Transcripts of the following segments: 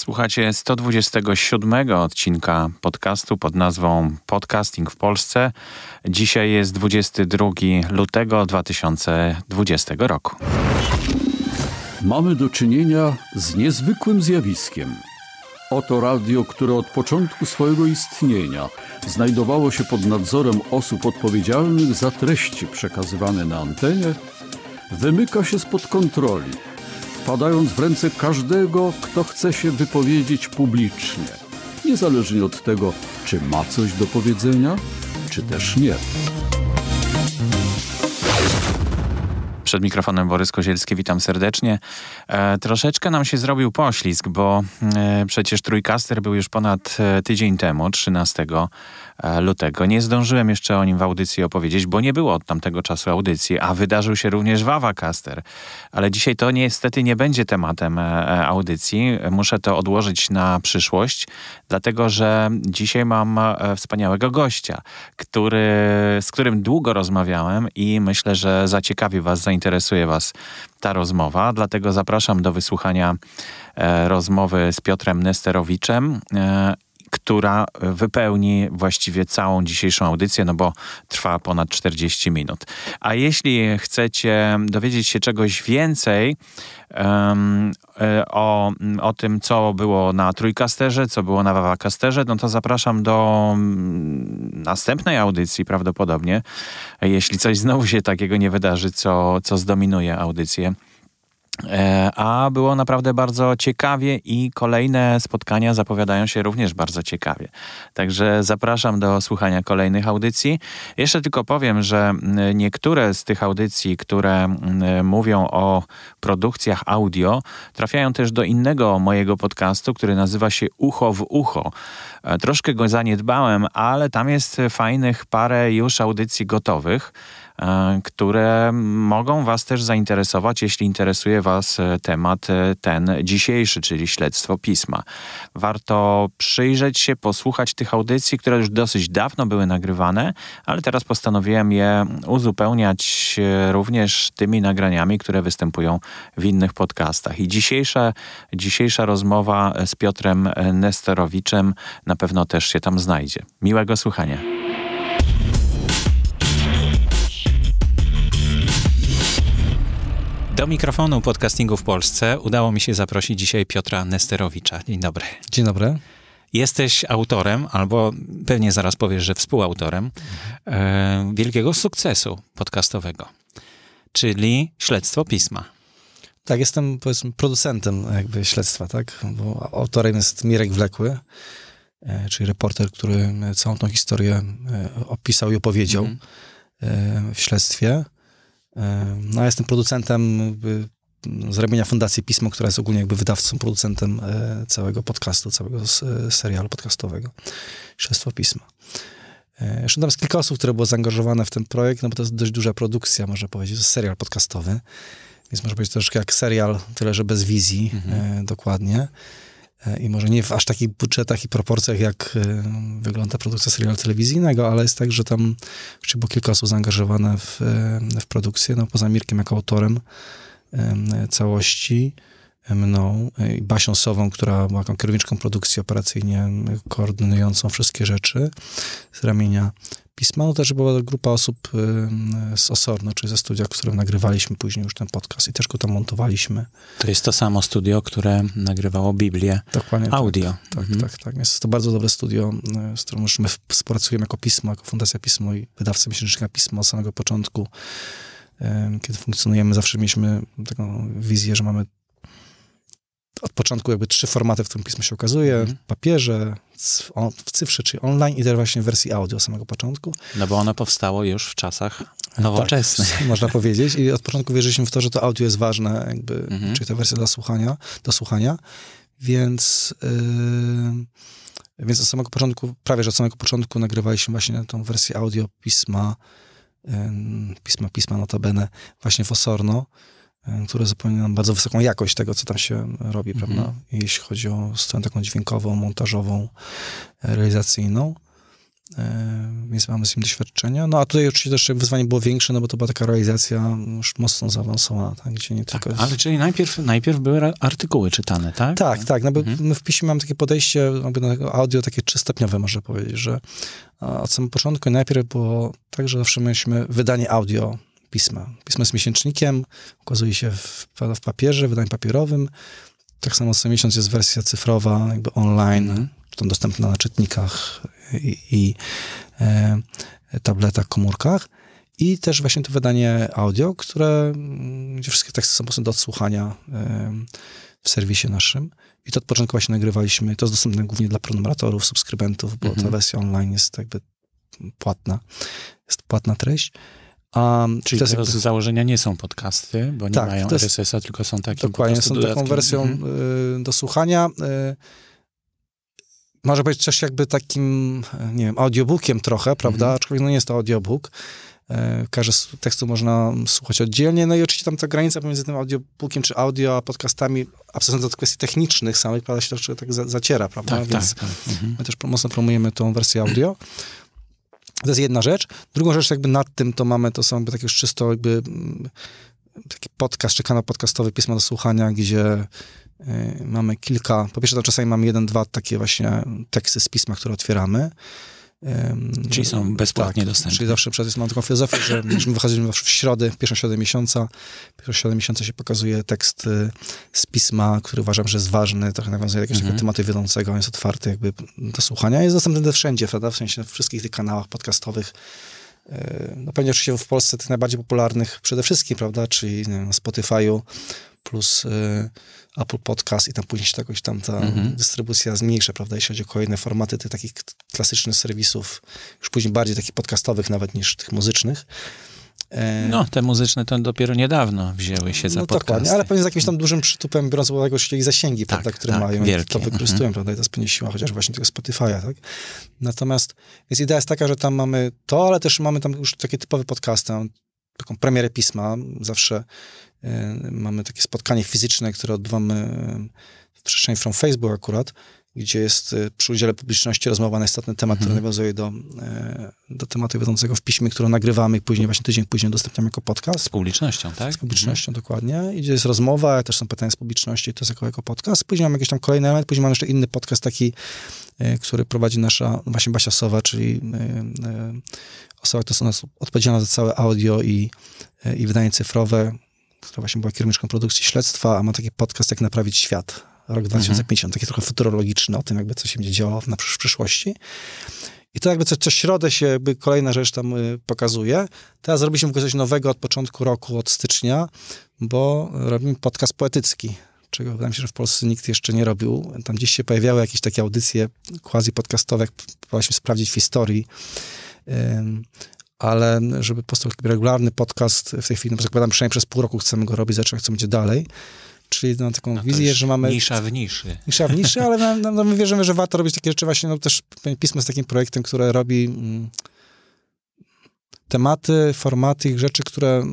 Słuchacie 127 odcinka podcastu pod nazwą Podcasting w Polsce. Dzisiaj jest 22 lutego 2020 roku. Mamy do czynienia z niezwykłym zjawiskiem. Oto radio, które od początku swojego istnienia znajdowało się pod nadzorem osób odpowiedzialnych za treści przekazywane na antenie, wymyka się spod kontroli, wpadając w ręce każdego, kto chce się wypowiedzieć publicznie, niezależnie od tego, czy ma coś do powiedzenia, czy też nie. Przed mikrofonem Borys Kozielski, witam serdecznie. Troszeczkę nam się zrobił poślizg, bo przecież Trójkaster był już ponad tydzień temu, 13 lutego. Nie zdążyłem jeszcze o nim w audycji opowiedzieć, bo nie było od tamtego czasu audycji, a wydarzył się również Wawacaster. Ale dzisiaj to niestety nie będzie tematem audycji. Muszę to odłożyć na przyszłość, dlatego że dzisiaj mam wspaniałego gościa, z którym długo rozmawiałem i myślę, że zaciekawi was, zainteresuje was ta rozmowa. Dlatego zapraszam do wysłuchania rozmowy z Piotrem Nesterowiczem, która wypełni właściwie całą dzisiejszą audycję, no bo trwa ponad 40 minut. A jeśli chcecie dowiedzieć się czegoś więcej o tym, co było na Trójkasterze, co było na Wawacasterze, no to zapraszam do następnej audycji prawdopodobnie, jeśli coś znowu się takiego nie wydarzy, co zdominuje audycję. A było naprawdę bardzo ciekawie i kolejne spotkania zapowiadają się również bardzo ciekawie. Także zapraszam do słuchania kolejnych audycji. Jeszcze tylko powiem, że niektóre z tych audycji, które mówią o produkcjach audio, trafiają też do innego mojego podcastu, który nazywa się Ucho w Ucho. Troszkę go zaniedbałem, ale tam jest fajnych parę już audycji gotowych, które mogą was też zainteresować, jeśli interesuje was temat ten dzisiejszy, czyli śledztwo pisma. Warto przyjrzeć się, posłuchać tych audycji, które już dosyć dawno były nagrywane, ale teraz postanowiłem je uzupełniać również tymi nagraniami, które występują w innych podcastach. I dzisiejsza rozmowa z Piotrem Nesterowiczem na pewno też się tam znajdzie. Miłego słuchania. Do mikrofonu podcastingu w Polsce udało mi się zaprosić dzisiaj Piotra Nesterowicza. Dzień dobry. Dzień dobry. Jesteś autorem, albo pewnie zaraz powiesz, że współautorem wielkiego sukcesu podcastowego, czyli Śledztwo Pisma. Tak, jestem, powiedzmy, producentem jakby śledztwa, tak? Bo autorem jest Mirek Wlekły, czyli reporter, który całą tą historię opisał i opowiedział w śledztwie. No, ja jestem producentem z ramienia Fundacji Pismo, która jest ogólnie jakby wydawcą, producentem całego podcastu, całego serialu podcastowego Śledztwo Pisma. Jeszcze tam jest kilka osób, które było zaangażowane w ten projekt, no bo to jest dość duża produkcja, można powiedzieć, to jest serial podcastowy, więc można powiedzieć troszkę jak serial, tyle że bez wizji dokładnie. I może nie w aż takich budżetach i proporcjach, jak wygląda produkcja serialu telewizyjnego, ale jest tak, że tam było kilka osób zaangażowane w produkcję. No, poza Mirkiem jako autorem całości, mną i Basią Sową, która była kierowniczką produkcji operacyjnie, koordynującą wszystkie rzeczy z ramienia Pisma. No też była grupa osób z Osorno, czyli ze studia, w którym nagrywaliśmy później już ten podcast i też go tam montowaliśmy. To jest to samo studio, które nagrywało Biblię. Dokładnie. Audio. Tak. Jest to bardzo dobre studio, z którym już my współpracujemy jako Pismo, jako Fundacja Pismo i wydawcy miesięcznika Pismo od samego początku. Kiedy funkcjonujemy, zawsze mieliśmy taką wizję, że mamy od początku jakby 3 formaty, w którym Pismo się ukazuje. W papierze, w cyfrze, czyli online i też właśnie w wersji audio od samego początku. No bo ono powstało już w czasach nowoczesnych. Tak, można powiedzieć. I od początku wierzyliśmy w to, że to audio jest ważne, jakby, czyli ta wersja do słuchania. Więc od samego początku, prawie że od samego początku nagrywaliśmy właśnie tą wersję audio Pisma notabene właśnie w Osorno, które zapewnia nam bardzo wysoką jakość tego, co tam się robi, prawda? Jeśli chodzi o stronę taką dźwiękową, montażową, realizacyjną. więc mamy z nim doświadczenia. No a tutaj oczywiście też wyzwanie było większe, no bo to była taka realizacja już mocno zaawansowana, tak, gdzie nie tylko... Ale czyli najpierw były artykuły czytane, tak? Tak, no bo my w piśmie mamy takie podejście do audio takie trzystopniowe, można powiedzieć, że od samego początku najpierw było tak, że zawsze mieliśmy wydanie audio pisma. Pismo jest miesięcznikiem, ukazuje się w papierze, wydaniu papierowym. Tak samo co miesiąc jest wersja cyfrowa, jakby online, tam dostępna na czytnikach i tabletach, komórkach. I też właśnie to wydanie audio, gdzie wszystkie teksty są po prostu do odsłuchania w serwisie naszym. I to od początku właśnie nagrywaliśmy. To jest dostępne głównie dla prenumeratorów, subskrybentów, bo ta wersja online jest jakby płatna. Jest płatna treść. Czyli to z założenia nie są podcasty, bo nie mają RSS-a, tylko są takie dokładnie, są taką wersją do słuchania. Może być coś jakby takim, nie wiem, audiobookiem trochę, prawda? Aczkolwiek no nie jest to audiobook. Każdy z tekstu można słuchać oddzielnie. No i oczywiście tam ta granica pomiędzy tym audiobookiem czy audio, a podcastami, abstrahując od kwestii technicznych samych, prawda, się troszkę tak zaciera, prawda? Więc my też mocno promujemy tą wersję audio. To jest jedna rzecz. Drugą rzecz jakby nad tym to są jakby takie już czysto jakby taki podcast, czy kanał podcastowy Pisma do Słuchania, gdzie mamy kilka, po pierwsze to czasami mamy 1-2 takie właśnie teksty z pisma, które otwieramy. Czyli są bezpłatnie dostępne. Czyli zawsze mam taką filozofię, że my wychodzimy w środę, pierwszą środę miesiąca. Pierwszą środę miesiąca się pokazuje tekst z pisma, który uważam, że jest ważny, trochę nawiązuje do jakiegoś tematu wiodącego, on jest otwarty jakby do słuchania. Jest dostępny wszędzie, prawda? W sensie w wszystkich tych kanałach podcastowych. No pewnie oczywiście w Polsce tych najbardziej popularnych przede wszystkim, prawda? Czyli nie wiem, na Spotify'u plus Apple Podcast i tam później się jakoś tam ta dystrybucja zmniejsza, prawda? Jeśli chodzi o kolejne formaty tych takich klasycznych serwisów, już później bardziej takich podcastowych nawet niż tych muzycznych. No, te muzyczne to dopiero niedawno wzięły się za podcasty. Dokładnie, ale pewnie z jakimś tam dużym przytupem, biorąc pod uwagę ich zasięgi, prawda, które mają wielkie. I to wykorzystują, prawda, i to jest pewnie siła chociaż właśnie tego Spotify'a, tak? Natomiast, więc idea jest taka, że tam mamy to, ale też mamy tam już takie typowe podcasty, taką premierę pisma, zawsze mamy takie spotkanie fizyczne, które odbywamy w przestrzeni From Facebook akurat, gdzie jest przy udziale publiczności rozmowa na istotny temat, który nawiązuje do tematu wiodącego w piśmie, którą nagrywamy i później właśnie tydzień później udostępniamy jako podcast. Z publicznością, tak? Z publicznością, dokładnie. I gdzie jest rozmowa, też są pytania z publiczności, to jest jako podcast. Później mamy jakiś tam kolejny element, później mamy jeszcze inny podcast taki, który prowadzi nasza właśnie Basia Sowa, czyli osoba, która jest odpowiedzialna za całe audio i wydanie cyfrowe, która właśnie była kierowniczką produkcji śledztwa, a ma taki podcast Jak Naprawić Świat. Rok 2050, taki trochę futurologiczny o tym, jakby co się będzie działo w przyszłości. I to jakby co środę się jakby kolejna rzecz tam pokazuje. Teraz robiliśmy w ogóle coś nowego od początku roku, od stycznia, bo robimy podcast poetycki, czego wydaje mi się, że w Polsce nikt jeszcze nie robił. Tam gdzieś się pojawiały jakieś takie audycje quasi-podcastowe, jak próbowaliśmy sprawdzić w historii. Ale żeby powstał regularny podcast w tej chwili, no zakładam, przynajmniej przez pół roku chcemy go robić, zobaczymy, co będzie dalej. Czyli na taką wizję, że mamy... Nisza w niszy. Nisza w niszy, ale my wierzymy, że warto robić takie rzeczy właśnie, no też Pismo jest takim projektem, które robi tematy, formaty i rzeczy, które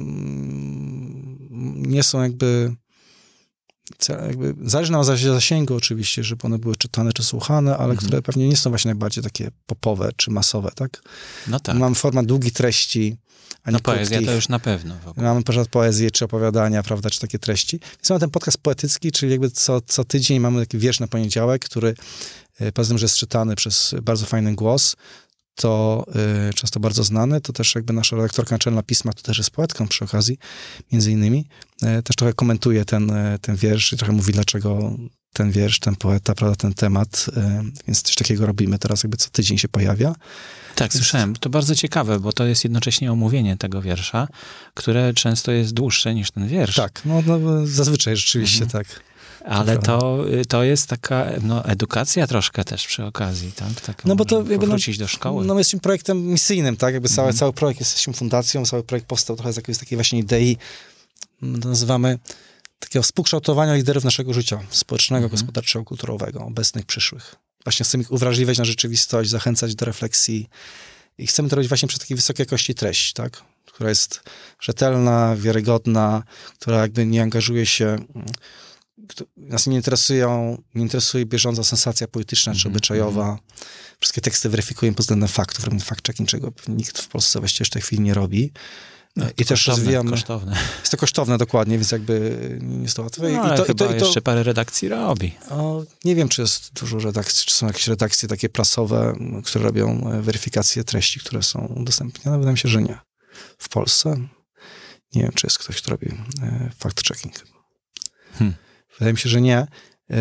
nie są jakby zależy nam od zasięgu oczywiście, żeby one były czytane czy słuchane, ale które pewnie nie są właśnie najbardziej takie popowe czy masowe, tak? No tak. Mamy format długich treści, a nie poezja krótkich. To już na pewno. Mamy poezję, czy opowiadania, prawda, czy takie treści. Więc mamy ten podcast poetycki, czyli jakby co tydzień mamy taki wiersz na poniedziałek, który poza tym, że jest czytany przez bardzo fajny głos, to często bardzo znany, to też jakby nasza redaktorka naczelna Pisma, to też jest poetką przy okazji, między innymi, też trochę komentuje ten wiersz i trochę mówi, dlaczego ten wiersz, ten poeta, prawda, ten temat, więc coś takiego robimy teraz, jakby co tydzień się pojawia. Tak, słyszałem. To bardzo ciekawe, bo to jest jednocześnie omówienie tego wiersza, które często jest dłuższe niż ten wiersz. Tak, no zazwyczaj rzeczywiście tak. Ale to jest taka edukacja troszkę też przy okazji, tak? Tak, no bo to jakby wrócić do szkoły. No my jesteśmy projektem misyjnym, tak? Jakby cały projekt, jesteśmy fundacją, cały projekt powstał trochę z jakiejś takiej właśnie idei, to nazywamy takiego współkształtowania liderów naszego życia społecznego, gospodarczego, kulturowego, obecnych, przyszłych. Właśnie chcemy ich uwrażliwiać na rzeczywistość, zachęcać do refleksji i chcemy to robić właśnie przy takiej wysokiej jakości treść, tak? Która jest rzetelna, wiarygodna, która jakby nie angażuje się nas nie interesuje bieżąca sensacja polityczna czy obyczajowa. Wszystkie teksty weryfikujemy pod względem faktów, robimy fact-checking, czego nikt w Polsce właściwie w tej chwili nie robi. I też rozwijamy... Kosztowne. Jest to kosztowne, dokładnie, więc jakby nie jest to łatwe. No, ale chyba jeszcze parę redakcji robi. Nie wiem, czy jest dużo redakcji, czy są jakieś redakcje takie prasowe, które robią weryfikację treści, które są udostępniane. Wydaje mi się, że nie. W Polsce nie wiem, czy jest ktoś, kto robi fact-checking. Wydaje mi się, że nie.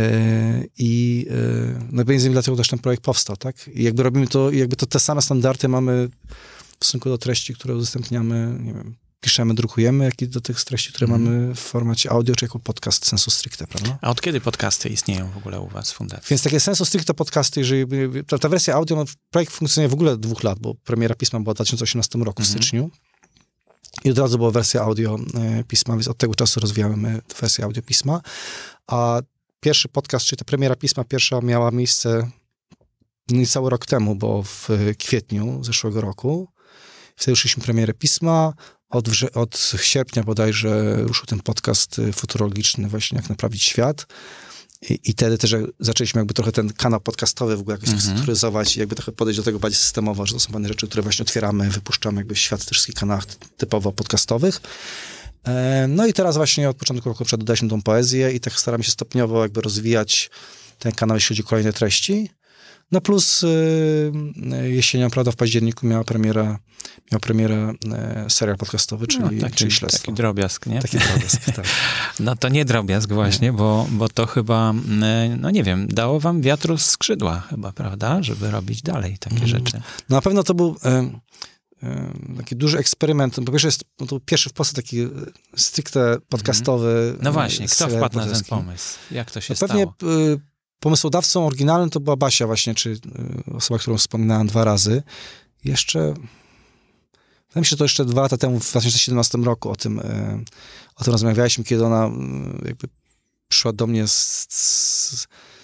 No między innymi dlatego też ten projekt powstał, tak? I jakby robimy to, jakby to te same standardy mamy w stosunku do treści, które udostępniamy, nie wiem, piszemy, drukujemy, jak i do tych treści, które mamy w formacie audio, czy jako podcast sensu stricte, prawda? A od kiedy podcasty istnieją w ogóle u was w fundacji? Więc takie sensu stricte podcasty, jeżeli ta wersja audio, no, projekt funkcjonuje w ogóle 2 lat, bo premiera pisma była w 2018 roku w styczniu. I od razu była wersja audio pisma, więc od tego czasu rozwijamy wersję audio pisma. A pierwszy podcast, czyli ta premiera pisma pierwsza miała miejsce niecały rok temu, bo w kwietniu zeszłego roku. Wtedy ruszyliśmy premierę pisma. Od sierpnia bodajże ruszył ten podcast futurologiczny właśnie Jak naprawić świat. I wtedy też zaczęliśmy jakby trochę ten kanał podcastowy w ogóle jakoś strukturyzować i jakby trochę podejść do tego bardziej systemowo, że to są pewne rzeczy, które właśnie otwieramy, wypuszczamy jakby w świat w tych wszystkich kanałach typowo podcastowych. No i teraz właśnie od początku roku dodaliśmy tą poezję i tak staramy się stopniowo jakby rozwijać ten kanał, jeśli chodzi o kolejne treści. No plus jesienią, prawda, w październiku miał premierę serial podcastowy, czyli Śledztwo. Taki drobiazg, nie? Taki drobiazg, tak. No to nie drobiazg właśnie, bo to chyba, no nie wiem, dało wam wiatru z skrzydła chyba, prawda? Żeby robić dalej takie rzeczy. No na pewno to był taki duży eksperyment. Po pierwsze to był pierwszy w Polsce taki stricte podcastowy. No właśnie, kto wpadł na ten pomysł? Jak to się stało? Pewnie pomysłodawcą oryginalnym to była Basia właśnie, czy osoba, którą wspominałem 2 razy. Wydaje mi się, że to jeszcze 2 lata temu, w 2017 roku o tym rozmawialiśmy, kiedy ona jakby przyszła do mnie z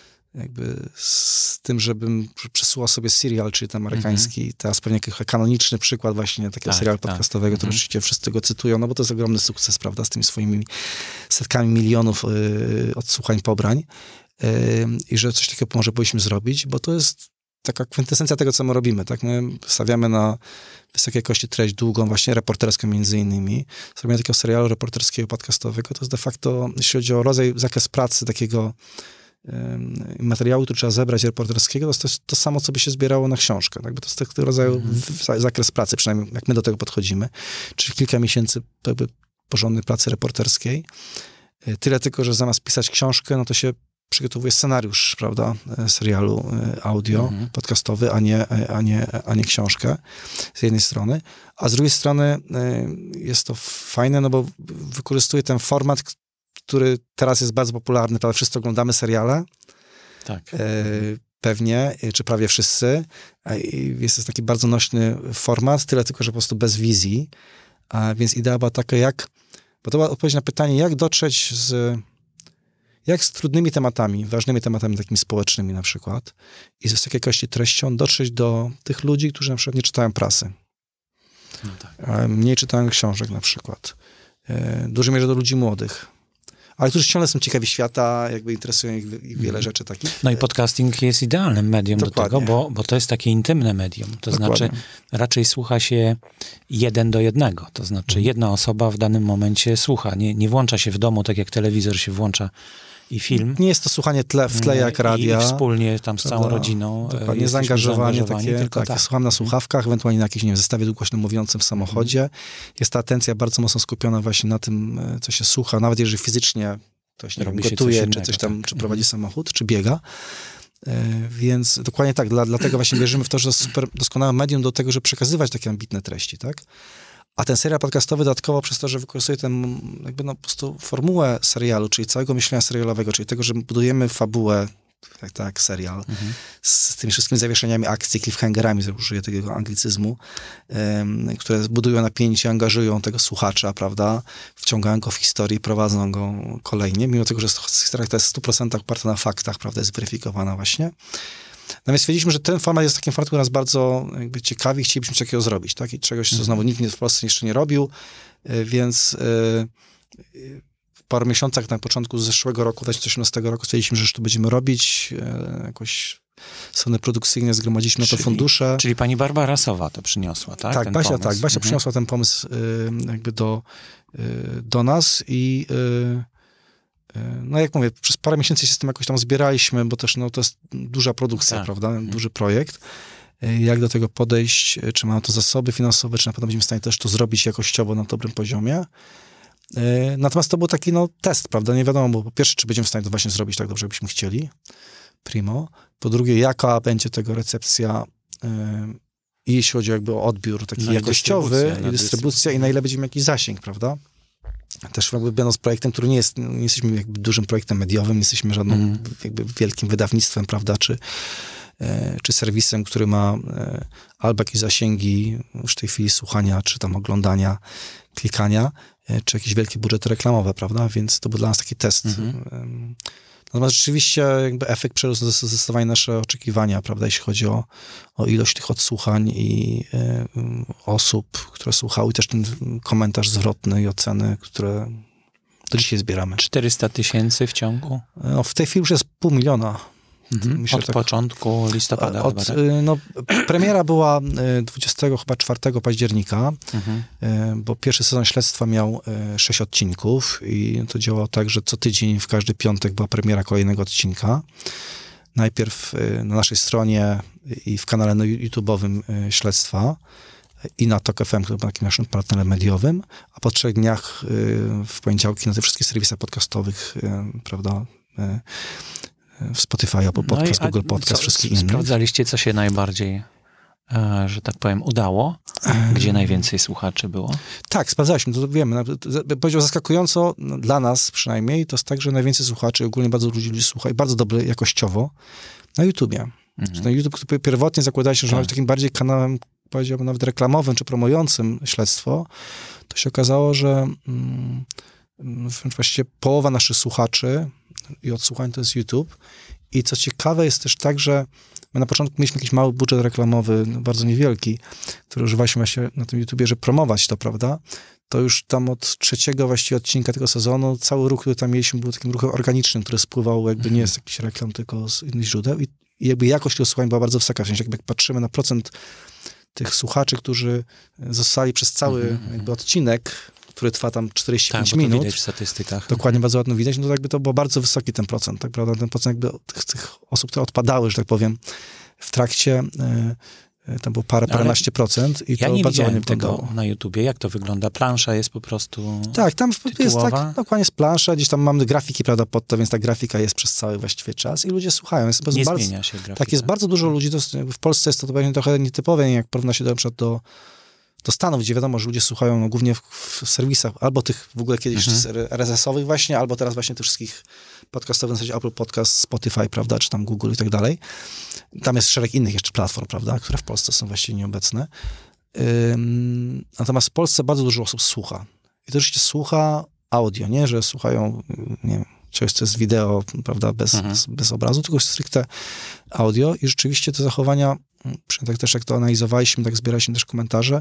tym, żebym przesłuchał sobie serial, czyli ten amerykański, teraz pewnie jakiś kanoniczny przykład właśnie takiego serialu podcastowego, który oczywiście wszyscy go cytują, no bo to jest ogromny sukces, prawda, z tymi swoimi setkami milionów odsłuchań, pobrań. I że coś takiego może powinniśmy zrobić, bo to jest taka kwintesencja tego, co my robimy, tak? My stawiamy na wysokiej jakości treść długą, właśnie reporterską między innymi. Zrobienie takiego serialu reporterskiego, podcastowego, to jest de facto, jeśli chodzi o zakres pracy takiego materiału, który trzeba zebrać reporterskiego, to jest to samo, co by się zbierało na książkę. Tak? Bo to jest tego rodzaju zakres pracy, przynajmniej jak my do tego podchodzimy. Czyli kilka miesięcy porządnej pracy reporterskiej. Tyle tylko, że zamiast pisać książkę, no to się przygotowuje scenariusz, prawda, serialu audio, podcastowy, a nie książkę z jednej strony. A z drugiej strony jest to fajne, no bo wykorzystuje ten format, który teraz jest bardzo popularny, prawda, wszyscy oglądamy seriale. Tak. Pewnie, czy prawie wszyscy. Jest to taki bardzo nośny format, tyle tylko, że po prostu bez wizji. Więc idea była taka, bo to była odpowiedź na pytanie, jak z trudnymi tematami, ważnymi tematami takimi społecznymi na przykład i z wysokiej jakości treścią dotrzeć do tych ludzi, którzy na przykład nie czytają prasy. No tak. Mniej czytają książek na przykład. W dużej mierze do ludzi młodych. Ale którzy ciągle są ciekawi świata, jakby interesują ich wiele rzeczy takich. No i podcasting jest idealnym medium Dokładnie. Do tego, bo to jest takie intymne medium. To Dokładnie. Znaczy raczej słucha się 1 do 1. To znaczy jedna osoba w danym momencie słucha. Nie włącza się w domu, tak jak telewizor się włącza i film. Nie jest to słuchanie w tle jak radia. I wspólnie tam z całą rodziną. Dokładnie, zaangażowanie takie, tak, słucham na słuchawkach, ewentualnie na jakimś, nie wiem, zestawie głośno mówiącym w samochodzie. Jest ta atencja bardzo mocno skupiona właśnie na tym, co się słucha, nawet jeżeli fizycznie ktoś gotuje, innego, czy coś tam, czy prowadzi samochód, czy biega. Więc dokładnie tak, dlatego właśnie wierzymy w to, że to jest super doskonałe medium do tego, żeby przekazywać takie ambitne treści, tak? A ten serial podcastowy dodatkowo przez to, że wykorzystuje ten jakby po prostu formułę serialu, czyli całego myślenia serialowego, czyli tego, że budujemy fabułę, tak serial, z tymi wszystkimi zawieszeniami akcji, cliffhangerami, użyję takiego anglicyzmu, które budują napięcie, angażują tego słuchacza, prawda, wciągają go w historię, prowadzą go kolejnie, mimo tego, że historia to jest w 100% oparta na faktach, prawda, jest weryfikowana właśnie. Natomiast stwierdziliśmy, że ten format jest takim formatem, który nas bardzo jakby ciekawi, chcielibyśmy coś takiego zrobić, tak? I czegoś, co znowu nikt w Polsce jeszcze nie robił, więc paru miesiącach na początku zeszłego roku, 2018 roku stwierdziliśmy, że już to będziemy robić, jakoś strony produkcyjnie zgromadziliśmy na to fundusze. Czyli pani Barbara Sowa to przyniosła, tak? Tak, Basia przyniosła ten pomysł jakby do nas i no jak mówię, przez parę miesięcy się z tym jakoś tam zbieraliśmy, bo też no, to jest duża produkcja, prawda? Duży projekt. Jak do tego podejść, czy mamy to zasoby finansowe, czy na pewno będziemy w stanie też to zrobić jakościowo na dobrym poziomie. Natomiast to był taki no, test, prawda? Nie wiadomo, bo po pierwsze, czy będziemy w stanie to właśnie zrobić tak dobrze, jakbyśmy chcieli. Primo. Po drugie, jaka będzie tego recepcja i jeśli chodzi jakby o odbiór taki jakościowy i dystrybucja i na ile będziemy jakiś zasięg, prawda? Też jakby będąc projektem, który nie jesteśmy jakby dużym projektem mediowym, nie jesteśmy żadnym jakby wielkim wydawnictwem, prawda, czy serwisem, który ma albo jakieś zasięgi już w tej chwili słuchania, czy tam oglądania, klikania, czy jakieś wielkie budżety reklamowe, prawda? Więc to był dla nas taki test. Natomiast rzeczywiście jakby efekt przerósł zdecydowanie nasze oczekiwania, prawda, jeśli chodzi o ilość tych odsłuchań i osób, które słuchały, i też ten komentarz zwrotny i oceny, które do dzisiaj zbieramy. 400 000 w ciągu? No, w tej chwili już jest 500 000. Myślę, od początku listopada chyba, tak? No, premiera była 24 października, bo pierwszy sezon śledztwa miał 6 odcinków i to działało tak, że co tydzień w każdy piątek była premiera kolejnego odcinka. Najpierw na naszej stronie i w kanale YouTube'owym śledztwa i na Tok FM, który był takim naszym partnerem mediowym, a po 3 dniach w poniedziałki na tych wszystkich serwisach podcastowych, prawda, w Spotify, Apple Podcast, Google Podcast, wszystkich innych. Sprawdzaliście, co się najbardziej, że tak powiem, udało? Gdzie najwięcej słuchaczy było? Tak, sprawdzaliśmy, to wiemy. Powiedział zaskakująco, dla nas przynajmniej, to jest tak, że najwięcej słuchaczy, ogólnie bardzo ludzi słucha i bardzo dobre jakościowo na YouTubie. Na YouTube, który pierwotnie zakładaliśmy, że ma być takim bardziej kanałem, powiedziałbym nawet reklamowym, czy promującym śledztwo, to się okazało, że właściwie połowa naszych słuchaczy i odsłuchań to jest YouTube. I co ciekawe jest też tak, że my na początku mieliśmy jakiś mały budżet reklamowy, bardzo niewielki, który używaliśmy właśnie na tym YouTubie, żeby promować to, prawda? To już tam od 3 właściwie odcinka tego sezonu cały ruch, który tam mieliśmy, był takim ruchem organicznym, który spływał jakby nie z jakichś reklam, tylko z innych źródeł. I jakby jakość tych słuchań była bardzo wysoka. W sensie jakby patrzymy na procent tych słuchaczy, którzy zostali przez cały jakby odcinek, który trwa tam 45 minut. To widać w statystykach. Dokładnie, bardzo ładno widać. No to jakby to było bardzo wysoki ten procent, tak prawda? Ten procent jakby tych osób, które odpadały, że tak powiem, w trakcie, tam było paręnaście procent i ja to nie bardzo ładnie tego wyglądało. na YouTubie. Jak to wygląda? Plansza jest po prostu tak, tam tytułowa? jest tak, dokładnie jest plansza, gdzieś tam mamy grafiki, prawda, pod to, więc ta grafika jest przez cały właściwie czas i ludzie słuchają. Jest nie bardzo, zmienia się grafika. Tak, jest bardzo dużo ludzi, to w Polsce jest to pewnie trochę nietypowe, jak porówna się na przykład do Stanów, gdzie wiadomo, że ludzie słuchają no, głównie w serwisach, albo tych w ogóle kiedyś RSS-owych właśnie, albo teraz właśnie tych wszystkich podcastowych, w zasadzie Apple Podcast, Spotify, prawda, czy tam Google i tak dalej. Tam jest szereg innych jeszcze platform, prawda, które w Polsce są właściwie nieobecne. Natomiast w Polsce bardzo dużo osób słucha. I to oczywiście słucha audio, nie, że słuchają, nie wiem, czegoś, co jest wideo, prawda, bez obrazu, tylko stricte audio i rzeczywiście te zachowania, tak też jak to analizowaliśmy, tak zbieraliśmy też komentarze,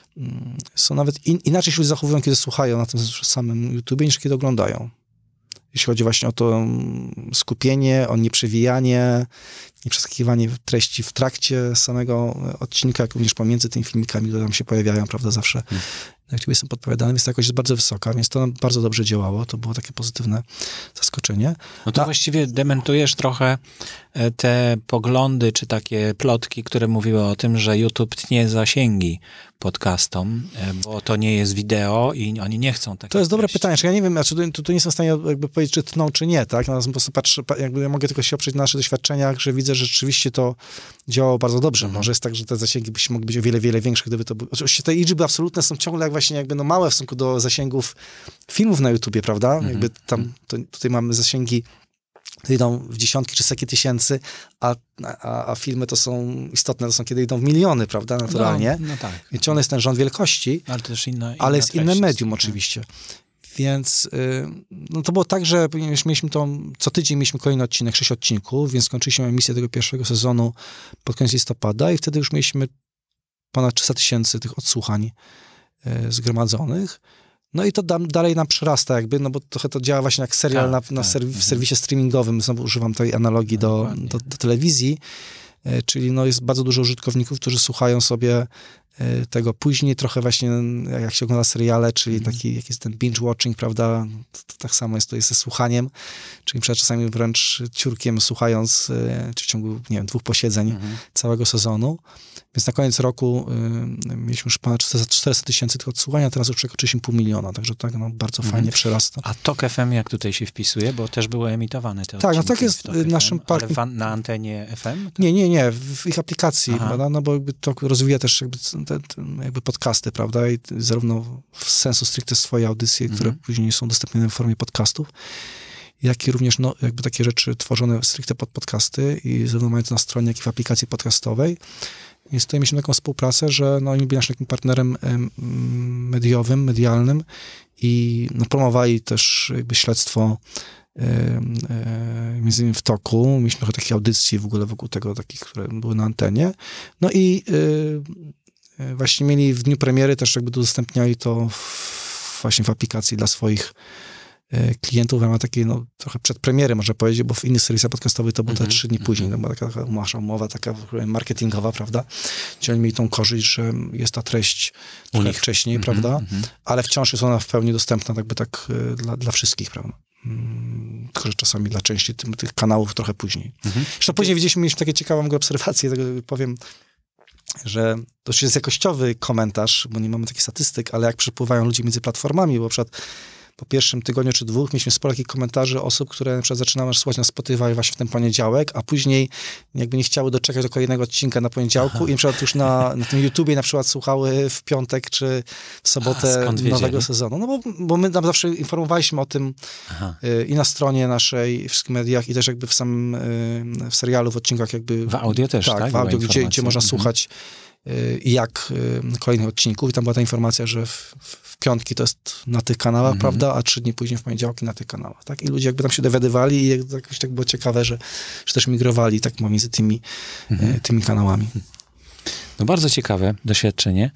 są nawet inaczej się ludzie zachowują, kiedy słuchają na tym samym YouTubie, niż kiedy oglądają. Jeśli chodzi właśnie o to skupienie, o nieprzewijanie, nieprzeskakiwanie treści w trakcie samego odcinka, jak również pomiędzy tymi filmikami, które tam się pojawiają, prawda, zawsze na YouTubie są podpowiadane, więc ta jakość jest bardzo wysoka, więc to nam bardzo dobrze działało, to było takie pozytywne zaskoczenie. No to właściwie dementujesz trochę te poglądy, czy takie plotki, które mówiły o tym, że YouTube tnie zasięgi podcastom, bo to nie jest wideo i oni nie chcą takich To jest dobre treści. pytanie, ja nie wiem, tu nie jestem w stanie jakby powiedzieć, czy tną, czy nie, tak? Natomiast po prostu patrzę, jakby ja mogę tylko się oprzeć na naszych doświadczeniach, że widzę, że rzeczywiście to działało bardzo dobrze. Może jest tak, że te zasięgi mogły być o wiele, wiele większe, gdyby to było. Oczywiście te liczby absolutne są ciągle jak właśnie jakby no małe w stosunku do zasięgów filmów na YouTubie, prawda? Jakby tam, tutaj mamy zasięgi, które idą w dziesiątki czy setki tysięcy, a filmy to są istotne, to są kiedy idą w miliony, prawda? Naturalnie. No tak. I ciągle jest ten rząd wielkości, Ale to też inna ale jest inne treść medium jest. oczywiście. Więc no to było tak, że mieliśmy co tydzień mieliśmy kolejny odcinek, 6 odcinków, więc skończyliśmy emisję tego pierwszego sezonu pod koniec listopada i wtedy już mieliśmy ponad 300 000 tych odsłuchań zgromadzonych. No i to dalej nam przyrasta jakby, no bo trochę to działa właśnie jak serial w serwisie streamingowym. Znowu używam tej analogii do telewizji, czyli no jest bardzo dużo użytkowników, którzy słuchają sobie tego później, trochę właśnie jak się ogląda seriale, czyli taki, jak jest ten binge-watching, prawda, to tak samo jest to ze słuchaniem, czyli czasami wręcz ciurkiem słuchając, czy w ciągu, nie wiem, 2 posiedzeń całego sezonu. Więc na koniec roku mieliśmy już ponad 400 tysięcy tych odsłuchania, teraz już przekroczyliśmy 500 000, także tak no, bardzo fajnie przyrasta. A TOK FM jak tutaj się wpisuje? Bo też były emitowane te odcinki. Tak, no tak jest naszym partnerem. Ale na antenie FM? Tak? Nie, w ich aplikacji, prawda? No bo jakby to rozwija też jakby podcasty, prawda? I zarówno w sensu stricte swoje audycje, które później są dostępne w formie podcastów, jak i również no, jakby takie rzeczy tworzone stricte pod podcasty i zarówno mają to na stronie, jak i w aplikacji podcastowej. Więc tutaj mieliśmy taką współpracę, że no, oni byli naszym takim partnerem medialnym i no, promowali też jakby śledztwo między innymi w toku. Mieliśmy trochę takich audycji w ogóle wokół tego, takich, które były na antenie. No i właśnie mieli w dniu premiery też jakby udostępniali to właśnie w aplikacji dla swoich klientów w ramach takiej, no, trochę przedpremiery, można powiedzieć, bo w innych serwisach podcastowych to było te 3 dni później. To była taka nasza umowa, taka marketingowa, prawda? Gdzie oni mieli tą korzyść, że jest ta treść trochę wcześniej, prawda? Ale wciąż jest ona w pełni dostępna, jakby tak dla wszystkich, prawda? Tylko, że czasami dla części tych kanałów trochę później. Zresztą później mieliśmy takie ciekawą obserwację, tego powiem, że to jest jakościowy komentarz, bo nie mamy takich statystyk, ale jak przepływają ludzie między platformami, bo na przykład po pierwszym tygodniu czy 2 mieliśmy sporo takich komentarzy osób, które na przykład zaczynały słuchać na Spotify właśnie w ten poniedziałek, a później jakby nie chciały doczekać do kolejnego odcinka na poniedziałku i na przykład już na tym YouTubie na przykład słuchały w piątek czy w sobotę nowego sezonu. No bo my tam zawsze informowaliśmy o tym i na stronie naszej, w wszystkich mediach i też jakby w samym w serialu, w odcinkach jakby... W audio też, tak? W audio, gdzie można słuchać jak kolejnych odcinków i tam była ta informacja, że w piątki to jest na tych kanałach, prawda, a 3 dni później w poniedziałki na tych kanałach, tak? I ludzie jakby tam się dowiadywali i jakoś tak było ciekawe, że też migrowali tak między tymi kanałami. No bardzo ciekawe doświadczenie.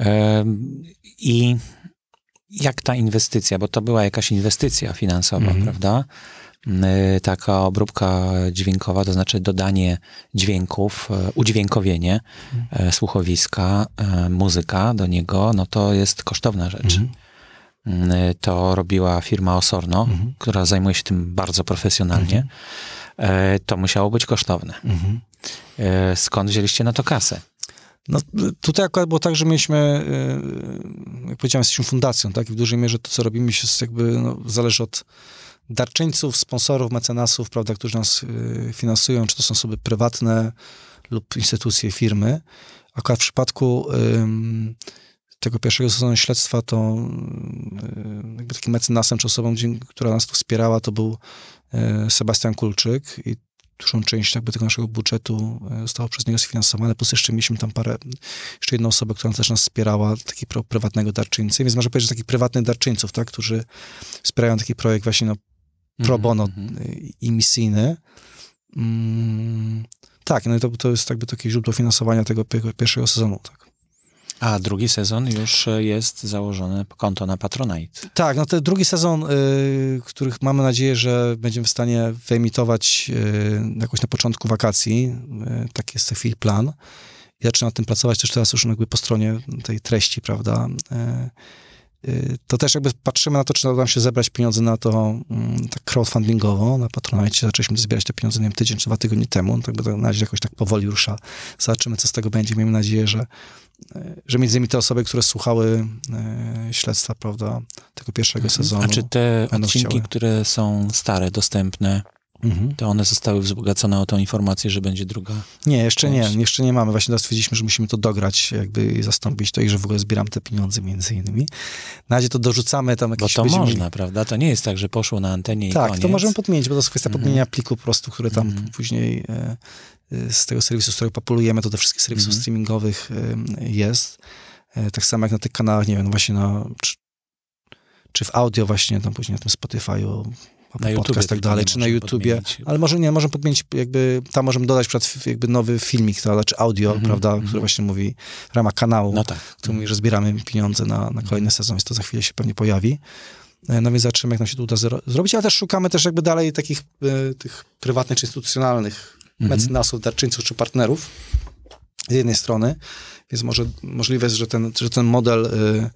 I jak ta inwestycja, bo to była jakaś inwestycja finansowa, prawda? Taka obróbka dźwiękowa, to znaczy dodanie dźwięków, udźwiękowienie słuchowiska, muzyka do niego, no to jest kosztowna rzecz. To robiła firma Osorno, która zajmuje się tym bardzo profesjonalnie. To musiało być kosztowne. Skąd wzięliście na to kasę? No tutaj akurat było tak, że mieliśmy, jak powiedziałem, jesteśmy fundacją, tak? I w dużej mierze to, co robimy, zależy od darczyńców, sponsorów, mecenasów, prawda, którzy nas finansują, czy to są osoby prywatne lub instytucje, firmy. Akurat w przypadku tego pierwszego sezonu śledztwa to jakby takim mecenasem, czy osobą, która nas tu wspierała, to był Sebastian Kulczyk i dużą część jakby tego naszego budżetu zostało przez niego sfinansowane, plus jeszcze mieliśmy tam jeszcze jedną osobę, która też nas wspierała, takiego prywatnego darczyńcy, więc można powiedzieć, że takich prywatnych darczyńców, tak, którzy wspierają taki projekt właśnie pro bono i misyjny. Tak, no i to jest jakby takie źródło finansowania tego pierwszego sezonu, tak. A drugi sezon już jest założone konto na Patronite. Tak, no ten drugi sezon, których mamy nadzieję, że będziemy w stanie wyemitować jakoś na początku wakacji. Taki jest w tej chwili plan. Ja zaczynam nad tym pracować też teraz już jakby po stronie tej treści, prawda. To też jakby patrzymy na to, czy uda nam się zebrać pieniądze na to tak crowdfundingowo, na Patronite. Zaczęliśmy zbierać te pieniądze, nie wiem, tydzień czy 2 tygodnie temu. Tak by na razie jakoś tak powoli rusza. Zobaczymy, co z tego będzie. Miejmy nadzieję, że między innymi te osoby, które słuchały śledztwa, prawda, tego pierwszego sezonu. A czy te odcinki, które są stare, dostępne, to one zostały wzbogacone o tą informację, że będzie druga? Nie, jeszcze nie mamy. Właśnie teraz stwierdziliśmy, że musimy to dograć, jakby i zastąpić to i że w ogóle zbieram te pieniądze między innymi. Na razie to dorzucamy tam jakieś... Bo to można, prawda? To nie jest tak, że poszło na antenie i tak, koniec. To możemy podmienić, bo to jest kwestia podmienienia pliku po prostu, które tam później z tego serwisu, z którego populujemy, to do wszystkich serwisów streamingowych jest. Tak samo jak na tych kanałach, nie wiem, właśnie czy w audio właśnie, tam później na tym Spotify'u, na podcast i tak dalej, czy na YouTubie, ale może nie, możemy podmienić jakby, tam możemy dodać jakby nowy filmik, czy audio, prawda, który właśnie mówi w ramach kanału, który mówi, że zbieramy pieniądze na kolejny sezon, więc to za chwilę się pewnie pojawi. No więc zobaczymy, jak nam się to uda zrobić, ale też szukamy też jakby dalej takich tych prywatnych czy instytucjonalnych mecenasów, darczyńców czy partnerów z jednej strony, więc możliwe jest, że ten model,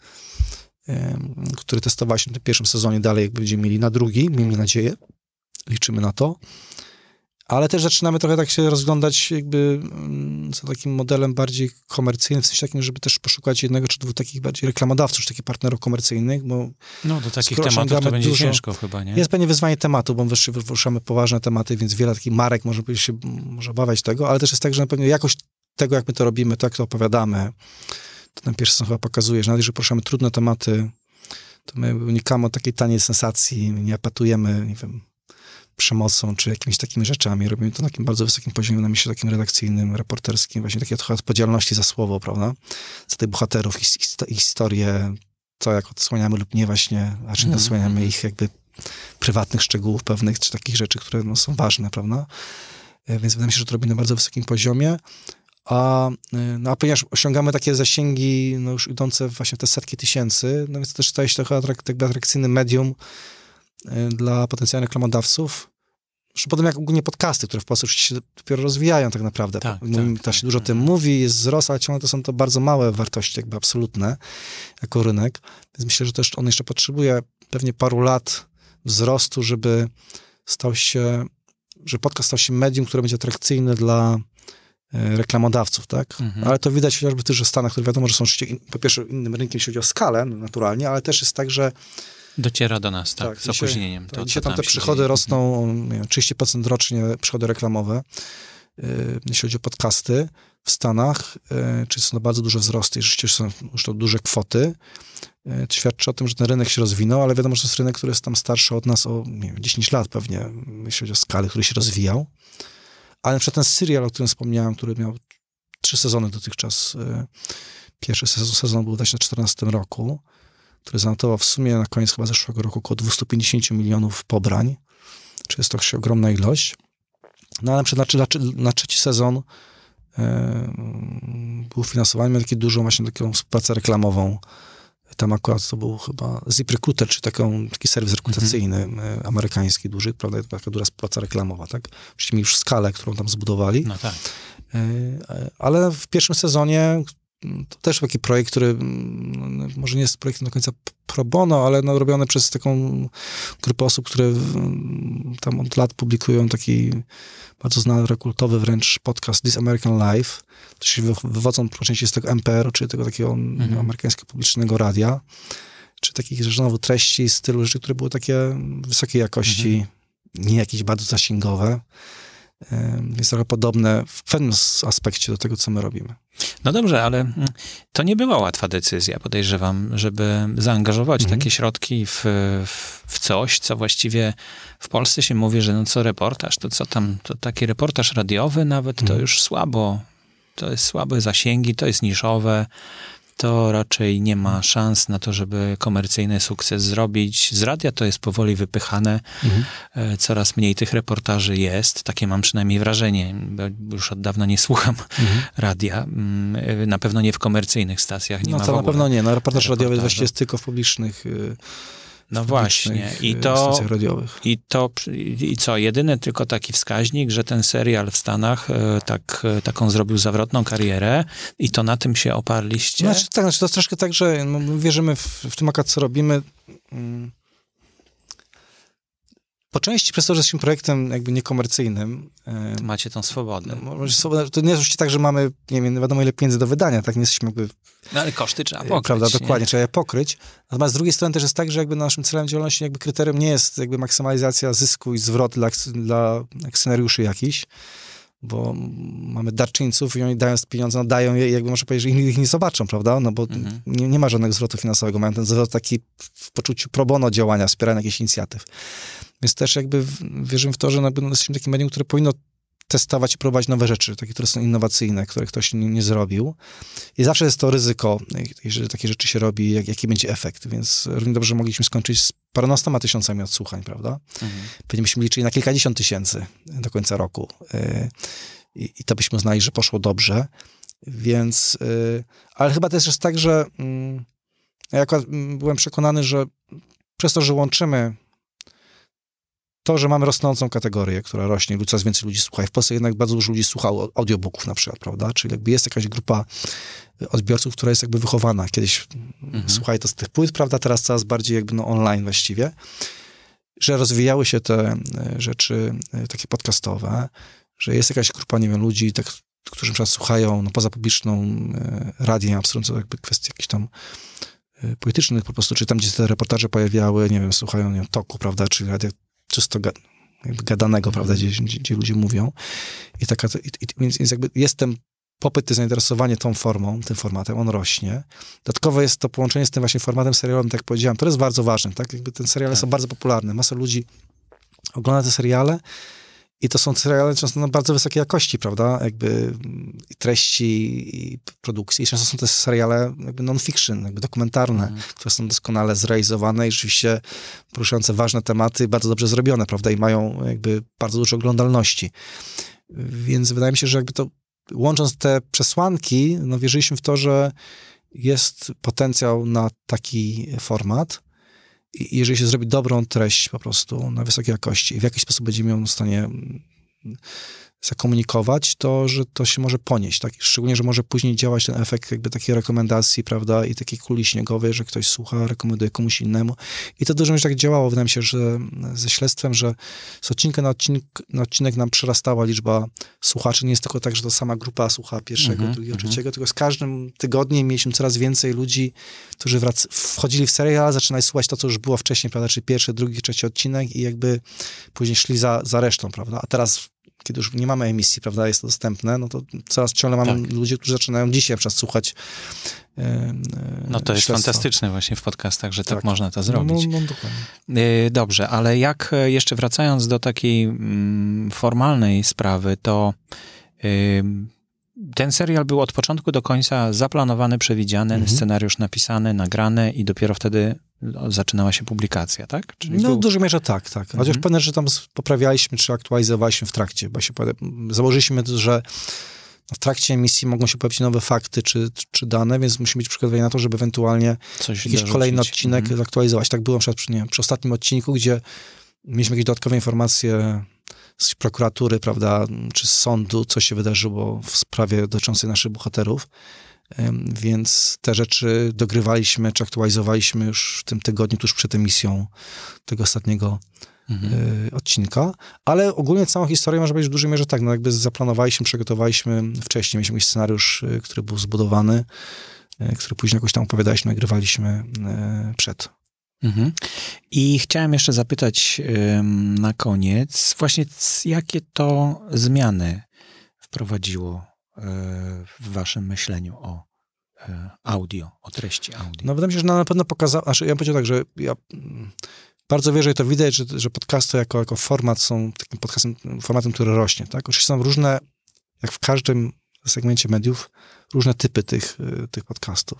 który testowaliśmy w tym pierwszym sezonie, dalej jakby będziemy mieli na drugi, miejmy nadzieję, liczymy na to, ale też zaczynamy trochę tak się rozglądać jakby za takim modelem bardziej komercyjnym, w sensie takim, żeby też poszukać jednego czy dwóch takich bardziej reklamodawców, czy takich partnerów komercyjnych, bo no do takich tematów to będzie ciężko chyba, nie? Jest pewnie wyzwanie tematu, bo wyruszamy poważne tematy, więc wiele takich marek może obawiać tego, ale też jest tak, że na pewno jakość tego, jak my to robimy, to jak to opowiadamy, to ten pierwszy sezon chyba pokazuje, że nawet jeżeli poruszamy trudne tematy, to my unikamy takiej taniej sensacji, nie apatujemy, nie wiem, przemocą, czy jakimiś takimi rzeczami. Robimy to na takim bardzo wysokim poziomie, na myśli takim redakcyjnym, reporterskim, właśnie takiej trochę odpowiedzialności za słowo, prawda? Za tych bohaterów, ich historię, to jak odsłaniamy lub nie właśnie, znaczy nie odsłaniamy ich jakby prywatnych szczegółów pewnych, czy takich rzeczy, które no, są ważne, prawda? Więc wydaje mi się, że to robimy na bardzo wysokim poziomie. A ponieważ osiągamy takie zasięgi, no już idące właśnie w te setki tysięcy, no więc to też staje się trochę atrakcyjnym medium dla potencjalnych reklamodawców. Zresztą potem jak ogólnie podcasty, które w Polsce już się dopiero rozwijają tak naprawdę. Tak się dużo o tym mówi, jest wzrost, ale ciągle to są to bardzo małe wartości, jakby absolutne, jako rynek. Więc myślę, że też on jeszcze potrzebuje pewnie paru lat wzrostu, żeby podcast stał się medium, które będzie atrakcyjne dla reklamodawców, tak? Ale to widać chociażby w tych Stanach, które wiadomo, że są oczywiście po pierwsze innym rynkiem, jeśli chodzi o skalę, naturalnie, ale też jest tak, że dociera do nas, tak z opóźnieniem. Dzisiaj tam te przychody rosną, nie wiem, 30% rocznie, przychody reklamowe, jeśli chodzi o podcasty w Stanach, czyli są to bardzo duże wzrosty i rzeczywiście są już to duże kwoty. To świadczy o tym, że ten rynek się rozwinął, ale wiadomo, że to jest rynek, który jest tam starszy od nas o nie wiem, 10 lat pewnie, jeśli chodzi o skalę, który się rozwijał. Ale na przykład ten serial, o którym wspomniałem, który miał 3 sezony dotychczas, pierwszy sezon był w 2014 roku, który zanotował w sumie na koniec chyba zeszłego roku około 250 milionów pobrań, czy jest to ogromna ilość. No ale na przykład na trzeci sezon był finansowany, miał taką właśnie taką współpracę reklamową. Tam akurat to był chyba ZipRecruiter, czy taki serwis rekrutacyjny amerykański duży, prawda, taka duża współpraca reklamowa, tak? Oczywiście mieli już skalę, którą tam zbudowali. No tak. Ale w pierwszym sezonie to też taki projekt, który może nie jest projektem do końca pro bono, ale no, robiony przez taką grupę osób, które tam od lat publikują taki bardzo znany, kultowy wręcz podcast This American Life. To się wywodzą po części z tego NPR, czyli tego takiego amerykańskiego publicznego radia, czy takich znowu treści, stylu rzeczy, które były takie wysokiej jakości, nie jakieś bardzo zasięgowe. Jest trochę podobne w pewnym aspekcie do tego, co my robimy. No dobrze, ale to nie była łatwa decyzja, podejrzewam, żeby zaangażować takie środki w coś, co właściwie w Polsce się mówi, że no co reportaż, to co tam, to taki reportaż radiowy nawet, to już słabo, to jest słabe zasięgi, to jest niszowe, to raczej nie ma szans na to, żeby komercyjny sukces zrobić. Z radia to jest powoli wypychane. Coraz mniej tych reportaży jest. Takie mam przynajmniej wrażenie. Bo już od dawna nie słucham radia. Na pewno nie w komercyjnych stacjach. Nie ma to w na pewno nie. No, reportaż radiowy reportażu. właściwie jest tylko w publicznych no właśnie. stacjach radiowych. I co? Jedyny tylko taki wskaźnik, że ten serial w Stanach taką zrobił zawrotną karierę i to na tym się oparliście? Znaczy to jest troszkę tak, że my wierzymy w tym, co robimy. Po części przez to, że jesteśmy projektem jakby niekomercyjnym. To macie tą swobodę. To nie jest oczywiście tak, że mamy, nie wiem, wiadomo ile pieniędzy do wydania, tak? Nie jesteśmy jakby... No ale koszty trzeba pokryć. Prawda, dokładnie, trzeba je pokryć. Natomiast z drugiej strony też jest tak, że jakby naszym celem działalności jakby kryterium nie jest jakby maksymalizacja zysku i zwrot dla akcjonariuszy jakichś, bo mamy darczyńców i oni dając pieniądze, no dają je, jakby można powiedzieć, że inni ich nie zobaczą, prawda? No bo nie ma żadnego zwrotu finansowego. Mają ten zwrot taki w poczuciu pro bono działania, wspierania jakichś inicjatyw. Więc też jakby wierzymy w to, że jesteśmy takim medium, które powinno testować i próbować nowe rzeczy, takie, które są innowacyjne, które ktoś nie zrobił. I zawsze jest to ryzyko, jeżeli takie rzeczy się robi, jaki będzie efekt. Więc równie dobrze mogliśmy skończyć z paronastoma tysiącami odsłuchań, prawda? Pewnie byśmy liczyli na kilkadziesiąt tysięcy do końca roku. I to byśmy uznali, że poszło dobrze. Więc, ale chyba też jest tak, że ja akurat byłem przekonany, że przez to, że łączymy to, że mamy rosnącą kategorię, która rośnie, coraz więcej ludzi słucha. I w Polsce jednak bardzo dużo ludzi słuchało audiobooków na przykład, prawda? Czyli jakby jest jakaś grupa odbiorców, która jest jakby wychowana. Kiedyś słuchali to z tych płyt, prawda? Teraz coraz bardziej jakby online właściwie. Że rozwijały się te rzeczy takie podcastowe, że jest jakaś grupa, nie wiem, ludzi, tak, którzy na przykład słuchają poza publiczną radiem, absurdując jakby kwestii jakichś tam politycznych po prostu, czy tam, gdzie te reportaże pojawiały, nie wiem, słuchają, nie wiem, Toku, prawda, czy radia czysto jakby gadanego, prawda, gdzie ludzie mówią. Więc jakby jest ten popyt, zainteresowanie tą formą, tym formatem, on rośnie. Dodatkowo jest to połączenie z tym właśnie formatem serialowym, tak jak powiedziałem, to jest bardzo ważne, tak? Jakby te seriale są bardzo popularne. Masa ludzi ogląda te seriale i to są seriale często na bardzo wysokiej jakości, prawda? Jakby i treści, i produkcji. I często są te seriale jakby non-fiction, jakby dokumentarne, które są doskonale zrealizowane i rzeczywiście poruszające ważne tematy, bardzo dobrze zrobione, prawda? I mają jakby bardzo dużo oglądalności. Więc wydaje mi się, że jakby to łącząc te przesłanki, wierzyliśmy w to, że jest potencjał na taki format i jeżeli się zrobi dobrą treść po prostu na wysokiej jakości i w jakiś sposób będziemy ją w stanie zakomunikować, to, że to się może ponieść, tak? Szczególnie, że może później działać ten efekt jakby takiej rekomendacji, prawda, i takiej kuli śniegowej, że ktoś słucha, rekomenduje komuś innemu. I to dużo mi tak działało, wydaje mi się, że ze śledztwem, że z odcinka na odcinek nam przyrastała liczba słuchaczy. Nie jest tylko tak, że to sama grupa słucha pierwszego, drugiego, trzeciego, tylko z każdym tygodniem mieliśmy coraz więcej ludzi, którzy wchodzili w serial, zaczynali słuchać to, co już było wcześniej, prawda, czyli pierwszy, drugi, trzeci odcinek i jakby później szli za resztą, prawda. A teraz kiedy już nie mamy emisji, prawda, jest to dostępne, no to coraz ciągle mamy ludzi, którzy zaczynają dzisiaj słuchać no to jest fantastyczne właśnie w podcastach, że tak można to zrobić. No, dokładnie. Dobrze, ale jak jeszcze wracając do takiej formalnej sprawy, to ten serial był od początku do końca zaplanowany, przewidziany, scenariusz napisany, nagrany i dopiero wtedy zaczynała się publikacja, tak? Czyli w dużej mierze tak. Chociaż pewne, że tam poprawialiśmy, czy aktualizowaliśmy w trakcie, bo założyliśmy, że w trakcie emisji mogą się pojawić nowe fakty, czy dane, więc musimy być przygotowani na to, żeby ewentualnie jakiś kolejny odcinek zaktualizować. Tak było na przykład przy ostatnim odcinku, gdzie mieliśmy jakieś dodatkowe informacje z prokuratury, prawda, czy z sądu, co się wydarzyło w sprawie dotyczącej naszych bohaterów. Więc te rzeczy dogrywaliśmy, czy aktualizowaliśmy już w tym tygodniu, tuż przed emisją tego ostatniego odcinka. Ale ogólnie całą historię można powiedzieć w dużej mierze tak, no jakby zaplanowaliśmy, przygotowaliśmy wcześniej, mieliśmy jakiś scenariusz, który był zbudowany, który później jakoś tam opowiadaliśmy, nagrywaliśmy przed. I chciałem jeszcze zapytać na koniec, właśnie jakie to zmiany wprowadziło w waszym myśleniu o audio, o treści audio? No wydaje mi się, że na pewno pokazało, ja bym powiedział tak, że ja bardzo wierzę i to widać, że podcasty jako format są takim formatem, który rośnie, tak? Oczywiście są różne, jak w każdym segmencie mediów, różne typy tych podcastów.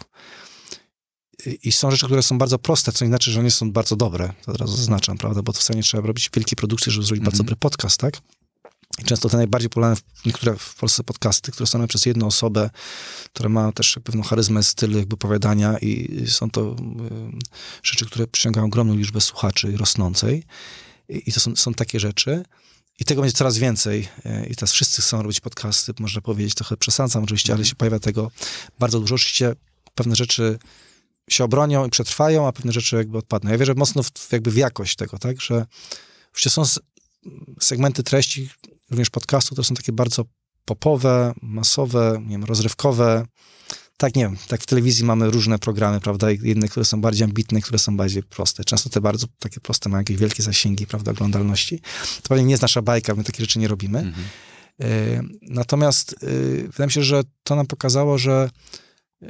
I są rzeczy, które są bardzo proste, co nie znaczy, że one są bardzo dobre. To od razu zaznaczam, prawda? Bo to wcale nie trzeba robić wielkiej produkcji, żeby zrobić bardzo dobry podcast, tak? I często te najbardziej popularne niektóre w Polsce podcasty, które są przez jedną osobę, która ma też pewną charyzmę, styl jakby opowiadania i są to rzeczy, które przyciągają ogromną liczbę słuchaczy rosnącej. I to są takie rzeczy. I tego będzie coraz więcej. I teraz wszyscy chcą robić podcasty, można powiedzieć, trochę przesadzam oczywiście, ale się pojawia tego bardzo dużo. Oczywiście pewne rzeczy się obronią i przetrwają, a pewne rzeczy jakby odpadną. Ja wierzę mocno w jakość tego, tak, że oczywiście są segmenty treści, również podcastu, to są takie bardzo popowe, masowe, nie wiem, rozrywkowe. Tak, nie wiem, tak w telewizji mamy różne programy, prawda, jedne, które są bardziej ambitne, które są bardziej proste. Często te bardzo takie proste mają jakieś wielkie zasięgi, prawda, oglądalności. To pewnie nie jest nasza bajka, my takie rzeczy nie robimy. Natomiast wydaje mi się, że to nam pokazało, że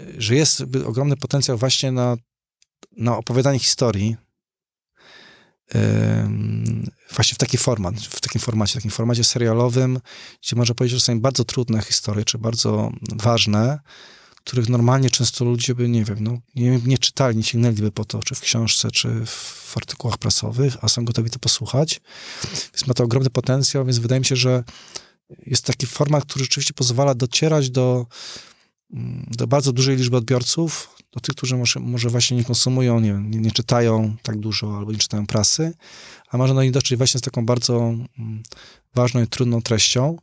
jest ogromny potencjał właśnie na opowiadanie historii, właśnie w takim formacie serialowym, gdzie można powiedzieć, że są bardzo trudne historie, czy bardzo ważne, których normalnie często ludzie by, nie czytali, nie sięgnęliby po to, czy w książce, czy w artykułach prasowych, a są gotowi to posłuchać. Więc ma to ogromny potencjał, więc wydaje mi się, że jest taki format, który rzeczywiście pozwala docierać do bardzo dużej liczby odbiorców, do tych, którzy może właśnie nie konsumują, nie czytają tak dużo, albo nie czytają prasy, a można do nich dotrzeć właśnie z taką bardzo ważną i trudną treścią.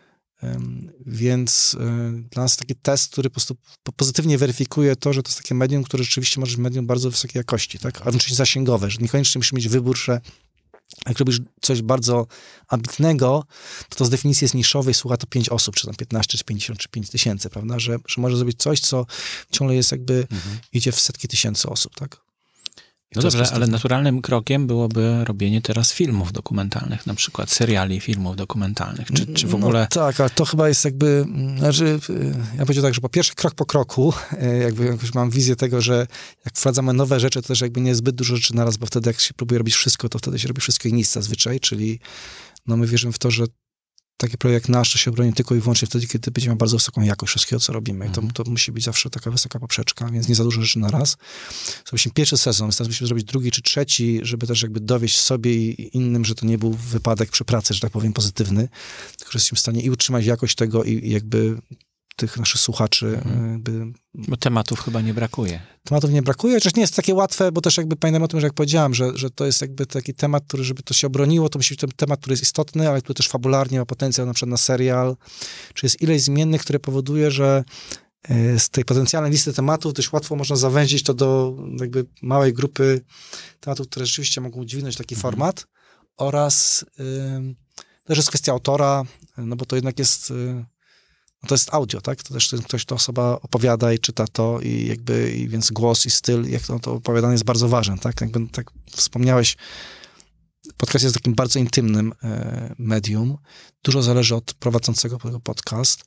Więc dla nas taki test, który po prostu pozytywnie weryfikuje to, że to jest takie medium, które rzeczywiście może być medium bardzo wysokiej jakości, tak? A wręcz zasięgowe, że niekoniecznie musimy mieć wybór, że jak robisz coś bardzo ambitnego, to z definicji jest niszowej, słucha to 5 osób, czy tam 15, czy 50, czy 5 tysięcy, prawda? Że może zrobić coś, co ciągle jest jakby, idzie w setki tysięcy osób, tak? No dobrze, ale naturalnym krokiem byłoby robienie teraz filmów dokumentalnych, na przykład seriali filmów dokumentalnych, czy w ogóle... No tak, ale to chyba jest jakby, ja powiedział tak, że po pierwsze krok po kroku, jakby jakoś mam wizję tego, że jak wprowadzamy nowe rzeczy, to też jakby nie zbyt dużo rzeczy naraz, bo wtedy jak się próbuje robić wszystko, to wtedy się robi wszystko i nic zazwyczaj, czyli my wierzymy w to, że taki projekt nasz to się obroni tylko i wyłącznie wtedy, kiedy będziemy miał bardzo wysoką jakość wszystkiego, co robimy. I to musi być zawsze taka wysoka poprzeczka, więc nie za dużo rzeczy na raz. Zrobiliśmy pierwszy sezon, więc teraz musimy zrobić drugi czy trzeci, żeby też jakby dowieść sobie i innym, że to nie był wypadek przy pracy, że tak powiem, pozytywny, tylko że jesteśmy w stanie i utrzymać jakość tego i jakby tych naszych słuchaczy. Bo tematów chyba nie brakuje. Tematów nie brakuje, chociaż nie jest takie łatwe, bo też jakby pamiętam o tym, że jak powiedziałem, że to jest jakby taki temat, który, żeby to się obroniło, to musi być ten temat, który jest istotny, ale który też fabularnie ma potencjał na przykład na serial. Czy jest ileś zmiennych, które powoduje, że z tej potencjalnej listy tematów dość łatwo można zawęzić to do jakby małej grupy tematów, które rzeczywiście mogą dźwignąć taki format. Oraz też jest kwestia autora, no bo to jednak jest... To jest audio, tak? To też ktoś, to osoba opowiada i czyta to i więc głos i styl, jak to opowiadanie jest bardzo ważne, tak? Jakby tak wspomniałeś, podcast jest takim bardzo intymnym medium. Dużo zależy od prowadzącego tego podcast.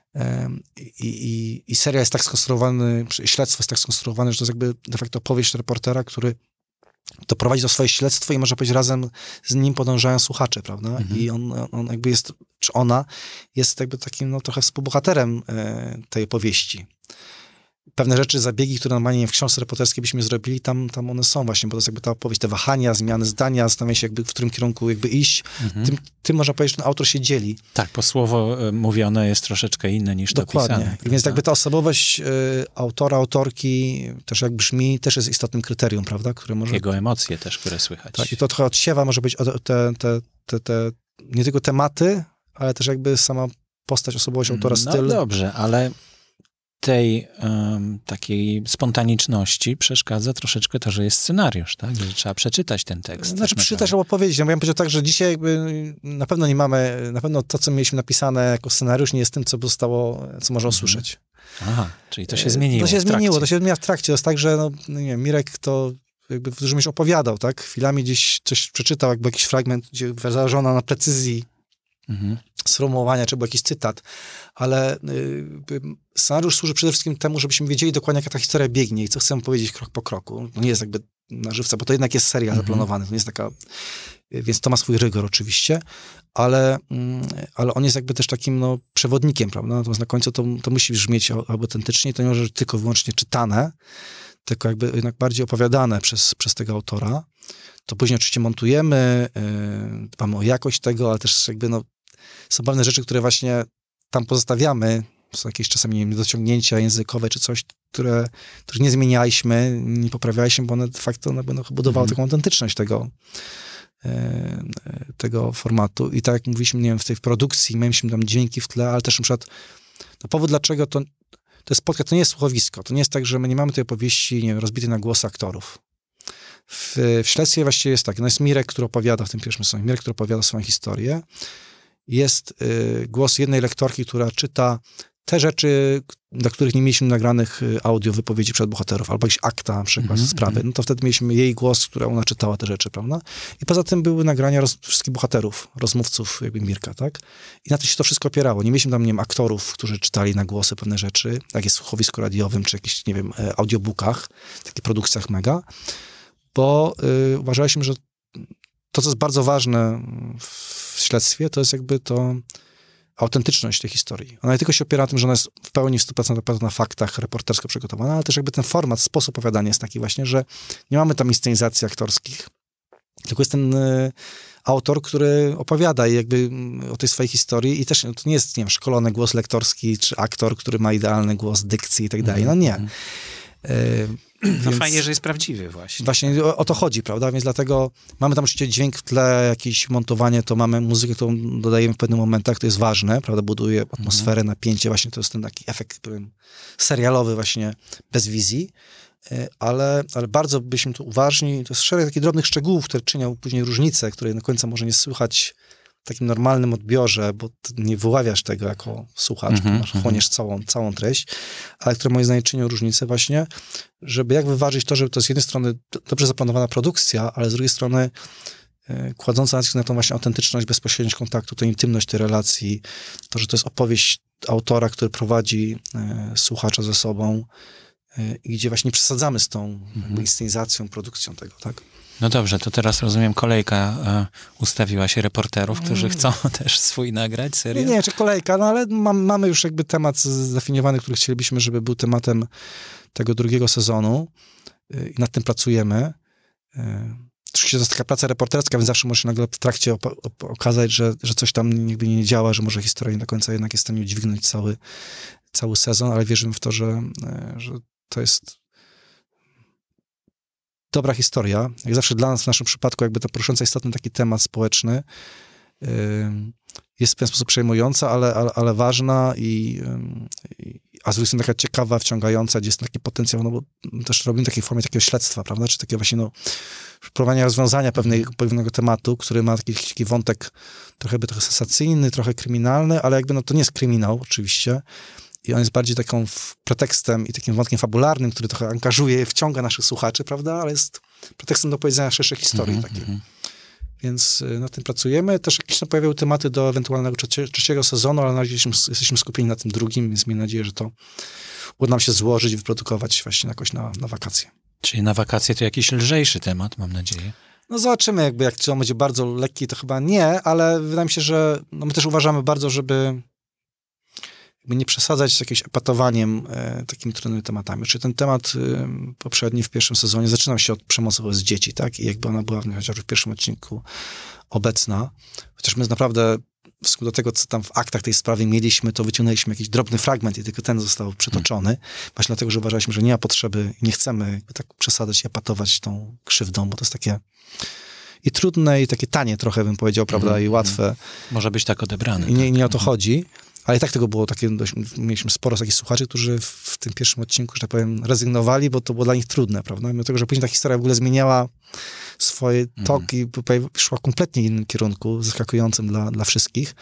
I serial jest tak skonstruowany, śledztwo jest tak skonstruowane, że to jest jakby de facto opowieść reportera, który to prowadzi to swoje śledztwo i można powiedzieć razem z nim podążają słuchacze, prawda? I on jakby jest, czy ona jest jakby takim trochę współbohaterem tej opowieści. Pewne rzeczy, zabiegi, które normalnie w książce reporterskiej byśmy zrobili, tam one są właśnie, bo to jest jakby ta opowieść, te wahania, zmiany zdania, zastanawianie się jakby w którym kierunku jakby iść. Tym można powiedzieć, że ten autor się dzieli. Tak, bo słowo mówione jest troszeczkę inne niż to pisane. Dokładnie. Więc jakby ta osobowość autora, autorki też jak brzmi, też jest istotnym kryterium, prawda? Które może... Jego emocje też, które słychać. Tak, i to trochę odsiewa może być te nie tylko tematy, ale też jakby sama postać, osobowość autora, styl. No dobrze, ale tej takiej spontaniczności przeszkadza troszeczkę to, że jest scenariusz, tak? Że trzeba przeczytać ten tekst. Znaczy przeczytać albo powiedzieć. No bo ja bym powiedział tak, że dzisiaj jakby na pewno nie mamy, na pewno to, co mieliśmy napisane jako scenariusz, nie jest tym, co zostało, co można usłyszeć. Aha, czyli to się zmieniło. To się zmienia w trakcie. To jest tak, że nie wiem, Mirek to jakby w dużym mierze opowiadał, tak? Chwilami gdzieś coś przeczytał, jakby jakiś fragment, gdzie zależało na precyzji sformułowania, czy był jakiś cytat, ale scenariusz służy przede wszystkim temu, żebyśmy wiedzieli dokładnie, jaka ta historia biegnie i co chcemy powiedzieć krok po kroku. To nie jest jakby na żywca, bo to jednak jest serial zaplanowany, to nie jest taka, więc to ma swój rygor oczywiście, ale on jest jakby też takim przewodnikiem, prawda? Natomiast na końcu to musi brzmieć autentycznie, to nie może być tylko wyłącznie czytane, tylko jakby jednak bardziej opowiadane przez tego autora. To później oczywiście montujemy, dbamy o jakość tego, ale też jakby są pewne rzeczy, które właśnie tam pozostawiamy. Są jakieś czasami, nie wiem, niedociągnięcia językowe czy coś, których nie zmienialiśmy, nie poprawialiśmy, bo one de facto będą budowały taką autentyczność tego formatu. I tak jak mówiliśmy, nie wiem, w tej produkcji mieliśmy tam dźwięki w tle, ale też na przykład powód, dlaczego to jest podcast, to nie jest słuchowisko. To nie jest tak, że my nie mamy tej opowieści, nie wiem, rozbitej na głos aktorów. W śledztwie właściwie jest tak, jest Mirek, który opowiada w tym pierwszym sezonie, Mirek, który opowiada swoją historię. Jest głos jednej lektorki, która czyta te rzeczy, dla których nie mieliśmy nagranych audio wypowiedzi przed bohaterów, albo jakiś akta na przykład sprawy. No to wtedy mieliśmy jej głos, która ona czytała te rzeczy, prawda? I poza tym były nagrania wszystkich bohaterów, rozmówców jakby Mirka, tak? I na to się to wszystko opierało. Nie mieliśmy tam, nie wiem, aktorów, którzy czytali na głosy pewne rzeczy, jak jest w słuchowisku radiowym, czy jakichś, nie wiem, audiobookach, takich produkcjach mega, bo uważaliśmy, że to, co jest bardzo ważne w śledztwie, to jest jakby to autentyczność tej historii. Ona nie tylko się opiera na tym, że ona jest w pełni 100% oparta na faktach, reportersko przygotowana, ale też jakby ten format, sposób opowiadania jest taki właśnie, że nie mamy tam inscenizacji aktorskich, tylko jest ten autor, który opowiada jakby o tej swojej historii i też to nie jest, nie wiem, szkolony głos lektorski, czy aktor, który ma idealny głos, dykcji i tak dalej. No nie. No fajnie, że jest prawdziwy właśnie. Właśnie o to chodzi, prawda? Więc dlatego mamy tam oczywiście dźwięk w tle, jakieś montowanie, to mamy muzykę, którą dodajemy w pewnych momentach, to jest ważne, prawda? Buduje atmosferę, napięcie, właśnie to jest ten taki efekt serialowy właśnie, bez wizji. Ale bardzo byliśmy tu uważni. To jest szereg takich drobnych szczegółów, które czynią później różnice, które na końcu może nie słychać w takim normalnym odbiorze, bo nie wyławiasz tego jako słuchacz, chłoniesz całą treść, ale które moim zdaniem czynią różnicę właśnie, żeby jak wyważyć to, żeby to z jednej strony dobrze zaplanowana produkcja, ale z drugiej strony kładąca nacisk na tą właśnie autentyczność, bezpośredniość kontaktu, tę intymność tej relacji, to, że to jest opowieść autora, który prowadzi słuchacza ze sobą i gdzie właśnie nie przesadzamy z tą inscenizacją, produkcją tego, tak? No dobrze, to teraz rozumiem, kolejka ustawiła się reporterów, którzy chcą też swój nagrać, serial? Nie, czy kolejka, no ale mamy już jakby temat zdefiniowany, który chcielibyśmy, żeby był tematem tego drugiego sezonu i nad tym pracujemy. Oczywiście to jest taka praca reporterska, więc zawsze może się nagle w trakcie okazać, że coś tam jakby nie działa, że może historia nie do końca jednak jest w stanie udźwignąć cały sezon, ale wierzymy w to, że to jest dobra historia. Jak zawsze dla nas w naszym przypadku jakby to poruszący istotny taki temat społeczny jest w ten sposób przejmująca, ale ważna a z drugiej strony taka ciekawa, wciągająca, gdzie jest taki potencjał, no bo też robimy takiej formie takiego śledztwa, prawda, czy takie właśnie próbowania rozwiązania pewnego tematu, który ma taki wątek trochę sensacyjny, trochę kryminalny, ale jakby no to nie jest kryminał oczywiście, i on jest bardziej taką pretekstem i takim wątkiem fabularnym, który trochę angażuje, wciąga naszych słuchaczy, prawda, ale jest pretekstem do opowiedzenia szerszej historii takiej. Więc nad tym pracujemy. Też jakieś tam pojawiały tematy do ewentualnego trzeciego sezonu, ale na razie jesteśmy skupieni na tym drugim, więc miejmy nadzieję, że to uda nam się złożyć i wyprodukować właśnie jakoś na wakacje. Czyli na wakacje to jakiś lżejszy temat, mam nadzieję. No zobaczymy, jakby czy on będzie bardzo lekki, to chyba nie, ale wydaje mi się, że my też uważamy bardzo, żeby nie przesadzać z jakimś epatowaniem takimi trudnymi tematami. Czyli ten temat poprzedni w pierwszym sezonie zaczynał się od przemocy wobec dzieci, tak? I jakby ona była chociażby w pierwszym odcinku obecna. Chociaż my naprawdę do tego, co tam w aktach tej sprawy mieliśmy, to wyciągnęliśmy jakiś drobny fragment i tylko ten został przytoczony. Właśnie dlatego, że uważaliśmy, że nie ma potrzeby i nie chcemy jakby tak przesadzać i epatować tą krzywdą, bo to jest takie i trudne, i takie tanie trochę, bym powiedział, prawda, i łatwe. Może być tak odebrane. I nie o to chodzi. Ale i tak tego było takie, mieliśmy sporo takich słuchaczy, którzy w tym pierwszym odcinku, że tak powiem, rezygnowali, bo to było dla nich trudne, prawda? Mimo tego, że później ta historia w ogóle zmieniała swoje tok i szła kompletnie innym kierunku, zaskakującym dla wszystkich,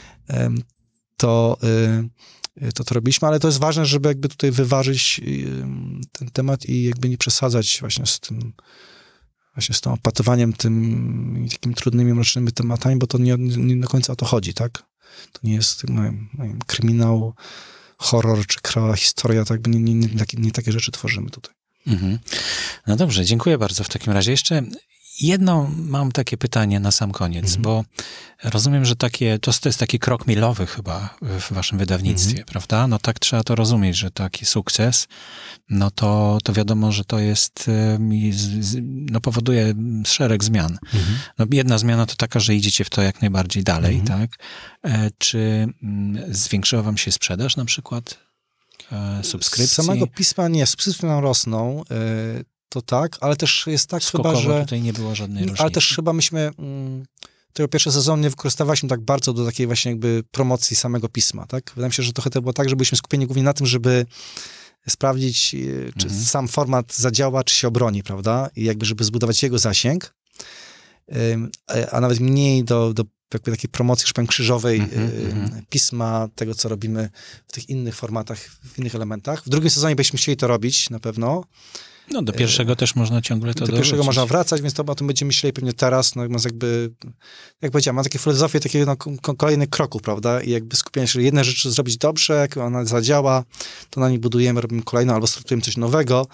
to robiliśmy, ale to jest ważne, żeby jakby tutaj wyważyć ten temat i jakby nie przesadzać właśnie z tym opatowaniem tym i takimi trudnymi, mrocznymi tematami, bo to nie do końca o to chodzi, tak? To nie jest kryminał, horror czy krwawa historia, tak? Nie takie rzeczy tworzymy tutaj. No dobrze, dziękuję bardzo w takim razie. Jeszcze jedno mam takie pytanie na sam koniec, bo rozumiem, że to jest taki krok milowy chyba w waszym wydawnictwie, prawda? No tak trzeba to rozumieć, że taki sukces, no to wiadomo, że to jest, no powoduje szereg zmian. No jedna zmiana to taka, że idziecie w to jak najbardziej dalej, tak? Czy zwiększyła wam się sprzedaż na przykład? Subskrypcji? Z samego pisma nie, subskrypcje nam rosną, to tak, ale też jest tak skokowo, chyba, że tutaj nie było żadnej różnicy. Ale też chyba myśmy tego pierwszy sezon nie wykorzystywaliśmy tak bardzo do takiej właśnie jakby promocji samego pisma, tak? Wydaje mi się, że trochę to było tak, że byliśmy skupieni głównie na tym, żeby sprawdzić, czy sam format zadziała, czy się obroni, prawda? I jakby, żeby zbudować jego zasięg, a nawet mniej do jakby takiej promocji, już powiem, krzyżowej pisma, tego, co robimy w tych innych formatach, w innych elementach. W drugim sezonie byśmy chcieli to robić, na pewno. No do pierwszego też można ciągle to dorzucić. Do pierwszego można wracać, więc o tym będziemy myśleli pewnie teraz, no jakby, jak powiedziałem, mam takie filozofię takiego kolejnych kroków, prawda, i jakby skupienie się, że jedne rzeczy zrobić dobrze, jak ona zadziała, to na nich budujemy, robimy kolejną, albo startujemy coś nowego,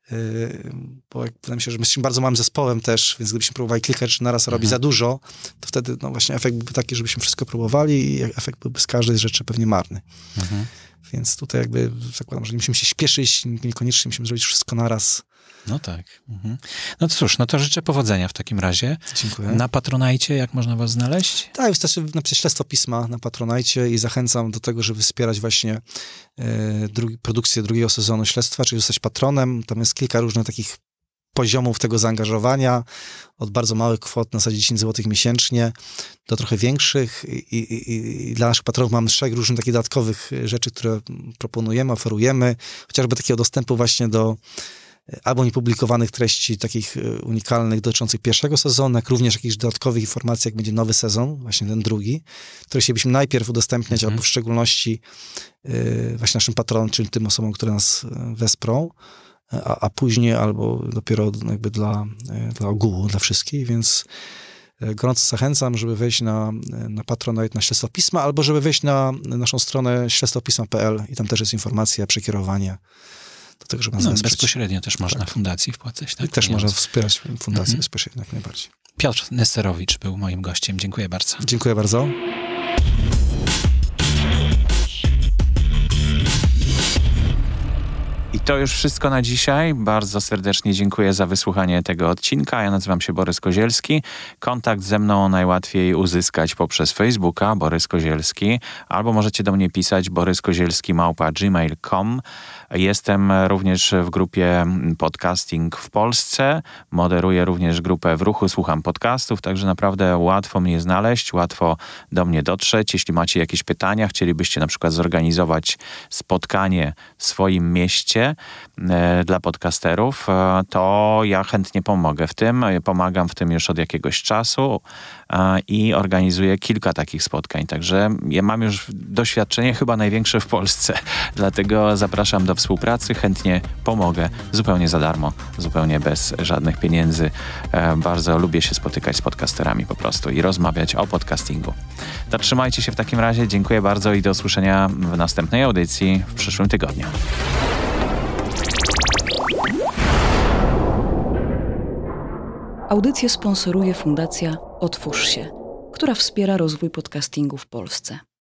bo wydaje mi się, że my jesteśmy bardzo małym zespołem też, więc gdybyśmy próbowali kilka rzeczy naraz robić za dużo, to wtedy no właśnie efekt byłby taki, żebyśmy wszystko próbowali i efekt byłby z każdej rzeczy pewnie marny. Więc tutaj jakby zakładam, że nie musimy się śpieszyć, niekoniecznie musimy zrobić wszystko naraz. No tak. No to cóż, no to życzę powodzenia w takim razie. Dziękuję. Na Patronajcie, jak można was znaleźć? Tak, wystarczy napisać śledztwo pisma na Patronajcie i zachęcam do tego, żeby wspierać właśnie produkcję drugiego sezonu śledztwa, czyli zostać patronem. Tam jest kilka różnych takich poziomów tego zaangażowania, od bardzo małych kwot na zasadzie 10 zł miesięcznie do trochę większych i dla naszych patronów mamy szereg różnych takich dodatkowych rzeczy, które proponujemy, oferujemy, chociażby takiego dostępu właśnie do albo niepublikowanych treści takich unikalnych dotyczących pierwszego sezonu, jak również jakichś dodatkowych informacji, jak będzie nowy sezon, właśnie ten drugi, który chcielibyśmy najpierw udostępniać, albo w szczególności właśnie naszym patronom, czyli tym osobom, które nas wesprą, a później albo dopiero jakby dla ogółu, dla wszystkich, więc gorąco zachęcam, żeby wejść na Patronite, na Śledztwo Pisma, albo żeby wejść na naszą stronę śledztwopisma.pl i tam też jest informacja, przekierowanie do tego, żeby nas wesprzeć. Bezpośrednio też można fundacji wpłacać, tak? I też można wspierać fundację bezpośrednio, jak najbardziej. Piotr Nesterowicz był moim gościem. Dziękuję bardzo. Dziękuję bardzo. I to już wszystko na dzisiaj. Bardzo serdecznie dziękuję za wysłuchanie tego odcinka. Ja nazywam się Borys Kozielski. Kontakt ze mną najłatwiej uzyskać poprzez Facebooka Borys Kozielski, albo możecie do mnie pisać boryskozielski@gmail.com. Jestem również w grupie Podcasting w Polsce. Moderuję również grupę W Ruchu Słucham Podcastów, także naprawdę łatwo mnie znaleźć, łatwo do mnie dotrzeć. Jeśli macie jakieś pytania, chcielibyście na przykład zorganizować spotkanie w swoim mieście dla podcasterów, to ja chętnie pomogę w tym. Pomagam w tym już od jakiegoś czasu i organizuję kilka takich spotkań. Także ja mam już doświadczenie chyba największe w Polsce. Dlatego zapraszam do współpracy. Chętnie pomogę. Zupełnie za darmo. Zupełnie bez żadnych pieniędzy. Bardzo lubię się spotykać z podcasterami po prostu i rozmawiać o podcastingu. To trzymajcie się w takim razie. Dziękuję bardzo i do usłyszenia w następnej audycji w przyszłym tygodniu. Audycję sponsoruje Fundacja Otwórz się, która wspiera rozwój podcastingu w Polsce.